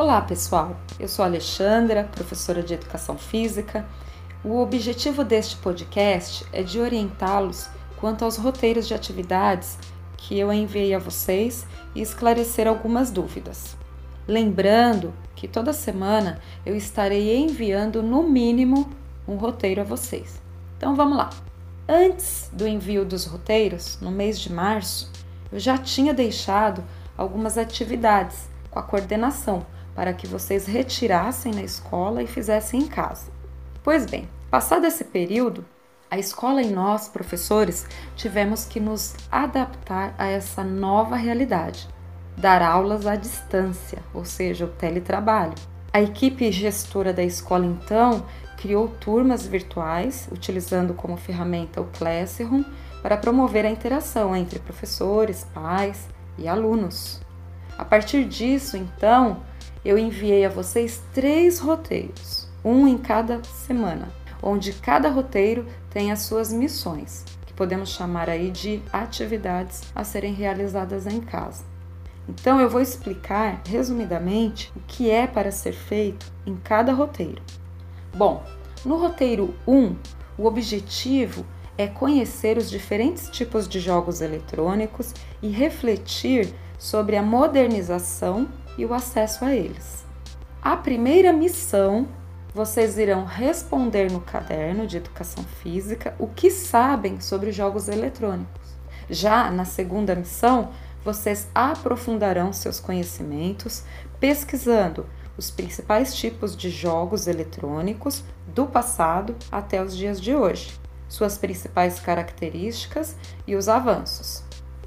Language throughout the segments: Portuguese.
Olá pessoal, eu sou a Alexandra, professora de Educação Física. O objetivo deste podcast é de orientá-los quanto aos roteiros de atividades que eu enviei a vocês e esclarecer algumas dúvidas. Lembrando que toda semana eu estarei enviando no mínimo um roteiro a vocês. Então vamos lá! Antes do envio dos roteiros, no mês de março, eu já tinha deixado algumas atividades com a coordenação para que vocês retirassem na escola e fizessem em casa. Pois bem, passado esse período, a escola e nós, professores, tivemos que nos adaptar a essa nova realidade, dar aulas à distância, ou seja, o teletrabalho. A equipe gestora da escola, então, criou turmas virtuais, utilizando como ferramenta o Classroom, para promover a interação entre professores, pais e alunos. A partir disso, então, eu enviei a vocês 3 roteiros, um em cada semana, onde cada roteiro tem as suas missões, que podemos chamar aí de atividades a serem realizadas em casa. Então eu vou explicar resumidamente o que é para ser feito em cada roteiro. Bom, no roteiro 1, o objetivo é conhecer os diferentes tipos de jogos eletrônicos e refletir sobre a modernização e o acesso a eles. A primeira missão, vocês irão responder no caderno de Educação Física o que sabem sobre jogos eletrônicos. Já na segunda missão, vocês aprofundarão seus conhecimentos pesquisando os principais tipos de jogos eletrônicos do passado até os dias de hoje, suas principais características e os avanços.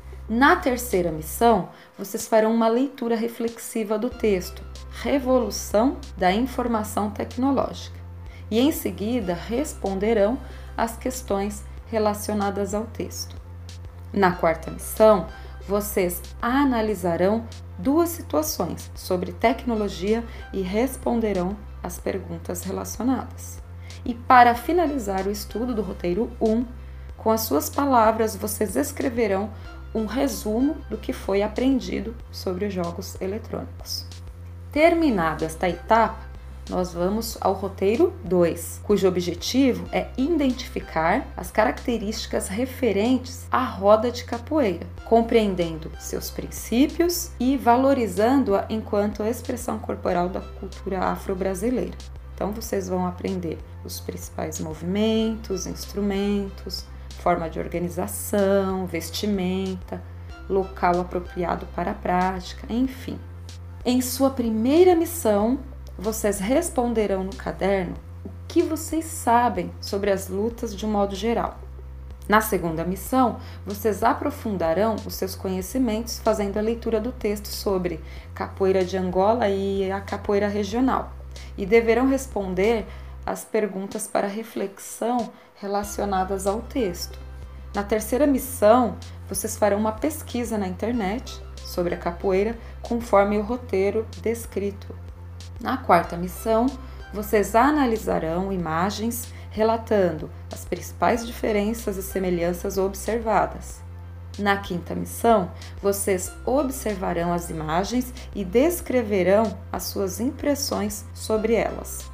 Na terceira missão, vocês farão uma leitura reflexiva do texto Revolução da Informação Tecnológica e, em seguida, responderão às questões relacionadas ao texto. Na quarta missão, vocês analisarão 2 situações sobre tecnologia e responderão às perguntas relacionadas. E para finalizar o estudo do roteiro 1, com as suas palavras, vocês escreverão um resumo do que foi aprendido sobre os jogos eletrônicos. Terminada esta etapa, nós vamos ao roteiro 2, cujo objetivo é identificar as características referentes à roda de capoeira, compreendendo seus princípios e valorizando-a enquanto expressão corporal da cultura afro-brasileira. Então vocês vão aprender os principais movimentos, instrumentos, forma de organização, vestimenta, local apropriado para a prática, enfim. Em sua primeira missão, vocês responderão no caderno o que vocês sabem sobre as lutas de um modo geral. Na segunda missão, vocês aprofundarão os seus conhecimentos fazendo a leitura do texto sobre capoeira de Angola e a capoeira regional e deverão responder as perguntas para reflexão relacionadas ao texto. Na terceira missão, vocês farão uma pesquisa na internet sobre a capoeira conforme o roteiro descrito. Na quarta missão, vocês analisarão imagens relatando as principais diferenças e semelhanças observadas. Na quinta missão, vocês observarão as imagens e descreverão as suas impressões sobre elas.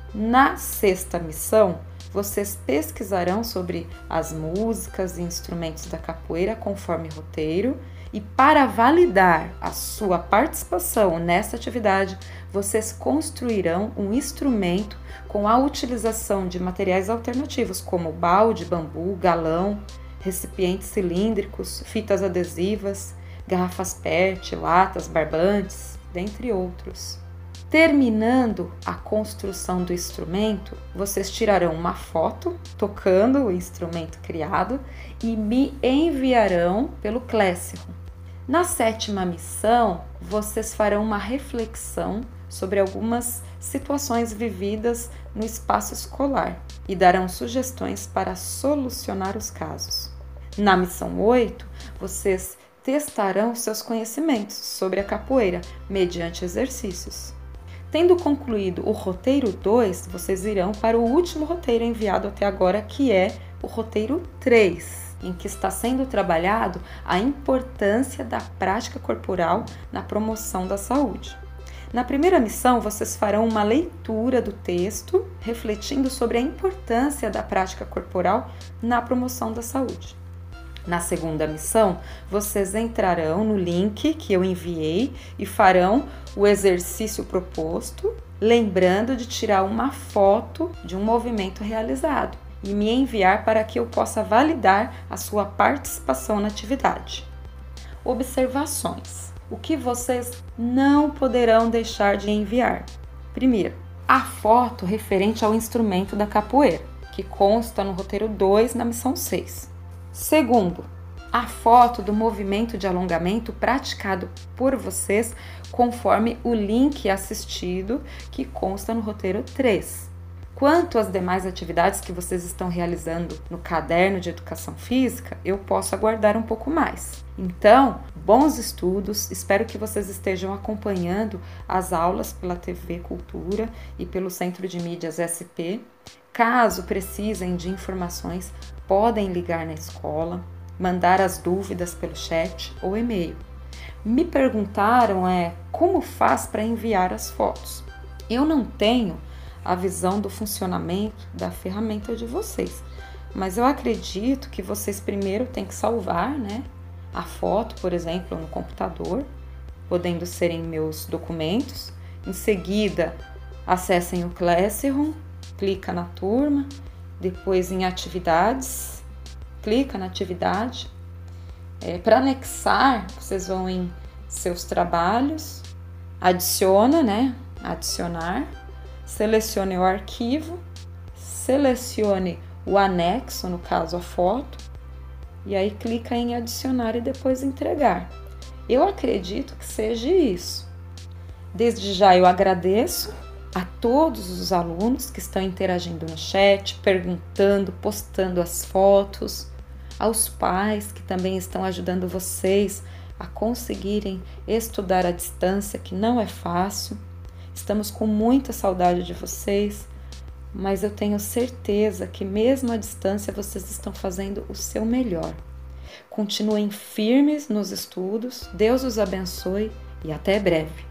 Na sexta missão, vocês pesquisarão sobre as músicas e instrumentos da capoeira conforme roteiro e, para validar a sua participação nessa atividade, vocês construirão um instrumento com a utilização de materiais alternativos como balde, bambu, galão, recipientes cilíndricos, fitas adesivas, garrafas PET, latas, barbantes, dentre outros. Terminando a construção do instrumento, vocês tirarão uma foto tocando o instrumento criado e me enviarão pelo Classroom. Na sétima missão, vocês farão uma reflexão sobre algumas situações vividas no espaço escolar e darão sugestões para solucionar os casos. Na missão 8, vocês testarão seus conhecimentos sobre a capoeira mediante exercícios. Tendo concluído o roteiro 2, vocês irão para o último roteiro enviado até agora, que é o roteiro 3, em que está sendo trabalhado a importância da prática corporal na promoção da saúde. Na primeira missão, vocês farão uma leitura do texto, refletindo sobre a importância da prática corporal na promoção da saúde. Na segunda missão, vocês entrarão no link que eu enviei e farão o exercício proposto, lembrando de tirar uma foto de um movimento realizado e me enviar para que eu possa validar a sua participação na atividade. Observações. O que vocês não poderão deixar de enviar? Primeiro, a foto referente ao instrumento da capoeira, que consta no roteiro 2 na missão 6. Segundo, a foto do movimento de alongamento praticado por vocês conforme o link assistido que consta no roteiro 3. Quanto às demais atividades que vocês estão realizando no caderno de educação física, eu posso aguardar um pouco mais. Então, bons estudos, espero que vocês estejam acompanhando as aulas pela TV Cultura e pelo Centro de Mídias SP. Caso precisem de informações, podem ligar na escola, mandar as dúvidas pelo chat ou e-mail. Me perguntaram como faz para enviar as fotos. Eu não tenho a visão do funcionamento da ferramenta de vocês, mas eu acredito que vocês primeiro têm que salvar, a foto, por exemplo, no computador, podendo ser em meus documentos. Em seguida, acessem o Classroom, clica na turma, depois em atividades, clica na atividade. Para anexar, vocês vão em seus trabalhos, adiciona, adicionar, selecione o arquivo, selecione o anexo, no caso a foto, e aí clica em adicionar e depois entregar. Eu acredito que seja isso. Desde já eu agradeço a todos os alunos que estão interagindo no chat, perguntando, postando as fotos, aos pais que também estão ajudando vocês a conseguirem estudar à distância, que não é fácil. Estamos com muita saudade de vocês, mas eu tenho certeza que mesmo à distância vocês estão fazendo o seu melhor. Continuem firmes nos estudos, Deus os abençoe e até breve.